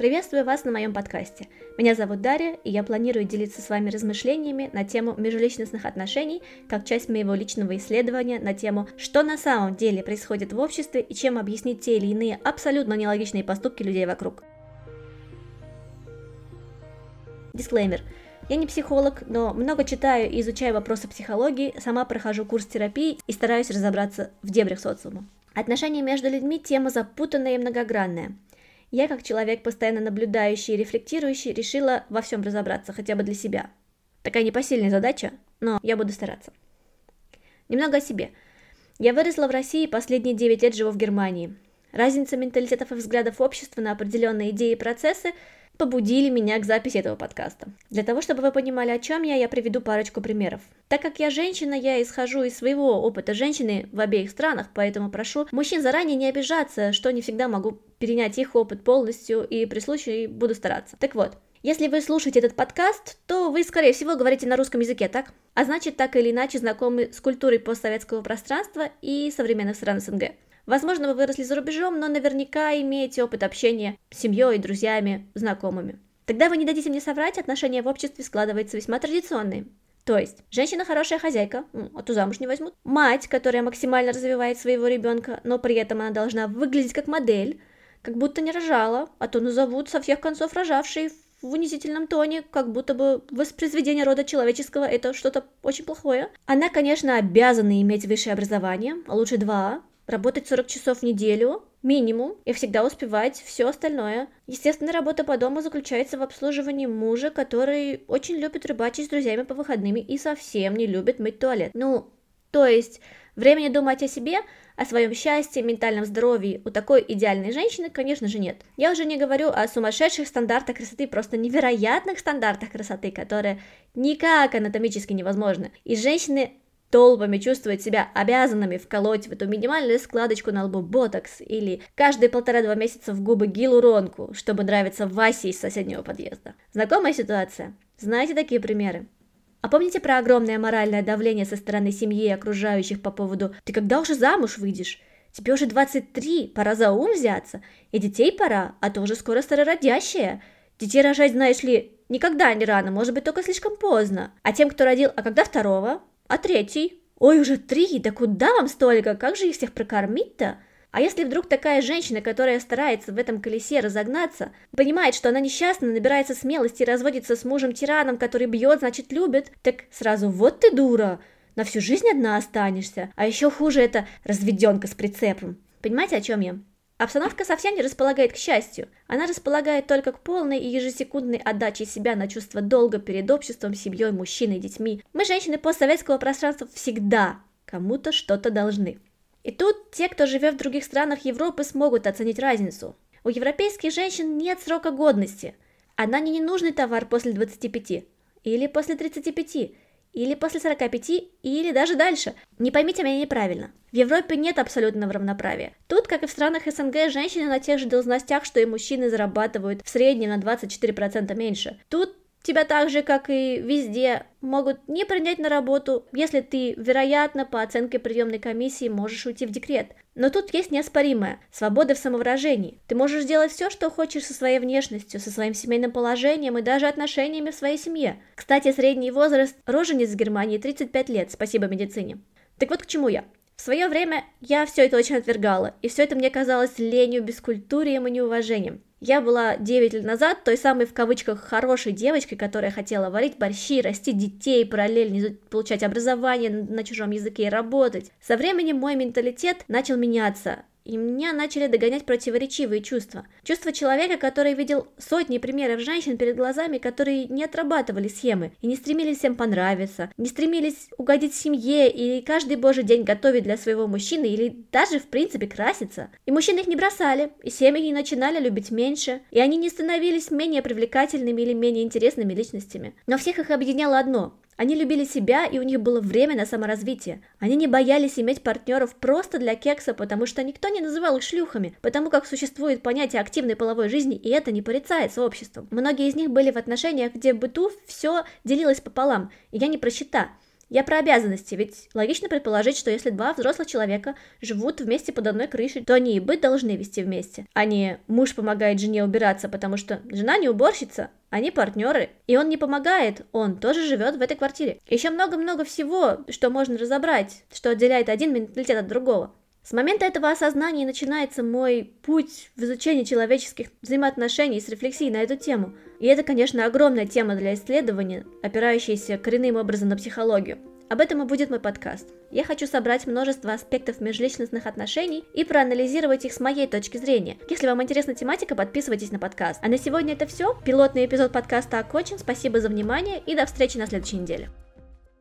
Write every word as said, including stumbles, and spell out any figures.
Приветствую вас на моем подкасте. Меня зовут Дарья, и я планирую делиться с вами размышлениями на тему межличностных отношений, как часть моего личного исследования на тему, что на самом деле происходит в обществе и чем объяснить те или иные абсолютно нелогичные поступки людей вокруг. Дисклеймер. Я не психолог, но много читаю и изучаю вопросы психологии, сама прохожу курс терапии и стараюсь разобраться в дебрях социума. Отношения между людьми – тема запутанная и многогранная. Я, как человек, постоянно наблюдающий и рефлектирующий, решила во всем разобраться, хотя бы для себя. Такая непосильная задача, но я буду стараться. Немного о себе. Я выросла в России, последние девять лет живу в Германии. Разница менталитетов и взглядов общества на определенные идеи и процессы побудили меня к записи этого подкаста. Для того, чтобы вы понимали, о чем я, я приведу парочку примеров. Так как я женщина, я исхожу из своего опыта женщины в обеих странах, поэтому прошу мужчин заранее не обижаться, что не всегда могу перенять их опыт полностью, и при случае буду стараться. Так вот, если вы слушаете этот подкаст, то вы, скорее всего, говорите на русском языке, так? А значит, так или иначе знакомы с культурой постсоветского пространства и современных стран СНГ. Возможно, вы выросли за рубежом, но наверняка имеете опыт общения с семьей, друзьями, знакомыми. Тогда вы не дадите мне соврать, отношения в обществе складываются весьма традиционные. То есть, женщина хорошая хозяйка, а то замуж не возьмут. Мать, которая максимально развивает своего ребенка, но при этом она должна выглядеть как модель, как будто не рожала, а то назовут со всех концов рожавшей в унизительном тоне, как будто бы воспроизведение рода человеческого – это что-то очень плохое. Она, конечно, обязана иметь высшее образование, а лучше два, работать сорок часов в неделю, минимум, и всегда успевать все остальное. Естественно, работа по дому заключается в обслуживании мужа, который очень любит рыбачить с друзьями по выходным и совсем не любит мыть туалет. Ну, то есть, времени думать о себе, о своем счастье, ментальном здоровье у такой идеальной женщины, конечно же, нет. Я уже не говорю о сумасшедших стандартах красоты, просто невероятных стандартах красоты, которые никак анатомически невозможны. И женщины толпами чувствуют себя обязанными вколоть в эту минимальную складочку на лбу ботокс или каждые полтора-два месяца в губы гиалуронку, чтобы нравиться Васе из соседнего подъезда. Знакомая ситуация? Знаете такие примеры? А помните про огромное моральное давление со стороны семьи и окружающих по поводу «ты когда уже замуж выйдешь? Тебе уже двадцать три, пора за ум взяться, и детей пора, а то уже скоро старородящая. Детей рожать, знаешь ли, никогда не рано, может быть, только слишком поздно. А тем, кто родил, а когда второго? А третий? Ой, уже три, да куда вам столько, как же их всех прокормить-то? А если вдруг такая женщина, которая старается в этом колесе разогнаться, понимает, что она несчастна, набирается смелости и разводится с мужем-тираном, который бьет, значит любит, так сразу вот ты дура, на всю жизнь одна останешься. А еще хуже это разведенка с прицепом. Понимаете, о чем я? Обстановка совсем не располагает к счастью. Она располагает только к полной и ежесекундной отдаче себя на чувство долга перед обществом, семьей, мужчиной, детьми. Мы, женщины постсоветского пространства, всегда кому-то что-то должны. И тут те, кто живет в других странах Европы, смогут оценить разницу. У европейских женщин нет срока годности. Она не ненужный товар после двадцати пяти, или после тридцати пяти, или после сорока пяти, или даже дальше. Не поймите меня неправильно. В Европе нет абсолютного равноправия. Тут, как и в странах СНГ, женщины на тех же должностях, что и мужчины, зарабатывают в среднем на двадцать четыре процента меньше. Тут тебя так же, как и везде, могут не принять на работу, если ты, вероятно, по оценке приемной комиссии можешь уйти в декрет. Но тут есть неоспоримое – свобода в самовыражении. Ты можешь делать все, что хочешь со своей внешностью, со своим семейным положением и даже отношениями в своей семье. Кстати, средний возраст рожениц в Германии тридцать пять лет, спасибо медицине. Так вот к чему я. В свое время я все это очень отвергала, и все это мне казалось ленью, бескультурием и неуважением. Я была девять лет назад той самой, в кавычках, хорошей девочкой, которая хотела варить борщи, растить детей, параллельно получать образование на чужом языке и работать. Со временем мой менталитет начал меняться, и меня начали догонять противоречивые чувства. Чувство человека, который видел сотни примеров женщин перед глазами, которые не отрабатывали схемы и не стремились всем понравиться, не стремились угодить семье и каждый божий день готовить для своего мужчины или даже в принципе краситься. И мужчины их не бросали, и семьи не начинали любить меньше, и они не становились менее привлекательными или менее интересными личностями. Но всех их объединяло одно – они любили себя, и у них было время на саморазвитие. Они не боялись иметь партнеров просто для кекса, потому что никто не называл их шлюхами, потому как существует понятие активной половой жизни, и это не порицается обществом. Многие из них были в отношениях, где в быту все делилось пополам, и я не про счета. Я про обязанности, ведь логично предположить, что если два взрослых человека живут вместе под одной крышей, то они и быт должны вести вместе, а не муж помогает жене убираться, потому что жена не уборщица, они партнеры, и он не помогает, он тоже живет в этой квартире. Еще много-много всего, что можно разобрать, что отделяет один менталитет от другого. С момента этого осознания начинается мой путь в изучении человеческих взаимоотношений с рефлексией на эту тему. И это, конечно, огромная тема для исследования, опирающаяся коренным образом на психологию. Об этом и будет мой подкаст. Я хочу собрать множество аспектов межличностных отношений и проанализировать их с моей точки зрения. Если вам интересна тематика, подписывайтесь на подкаст. А на сегодня это все. Пилотный эпизод подкаста окончен. Спасибо за внимание и до встречи на следующей неделе.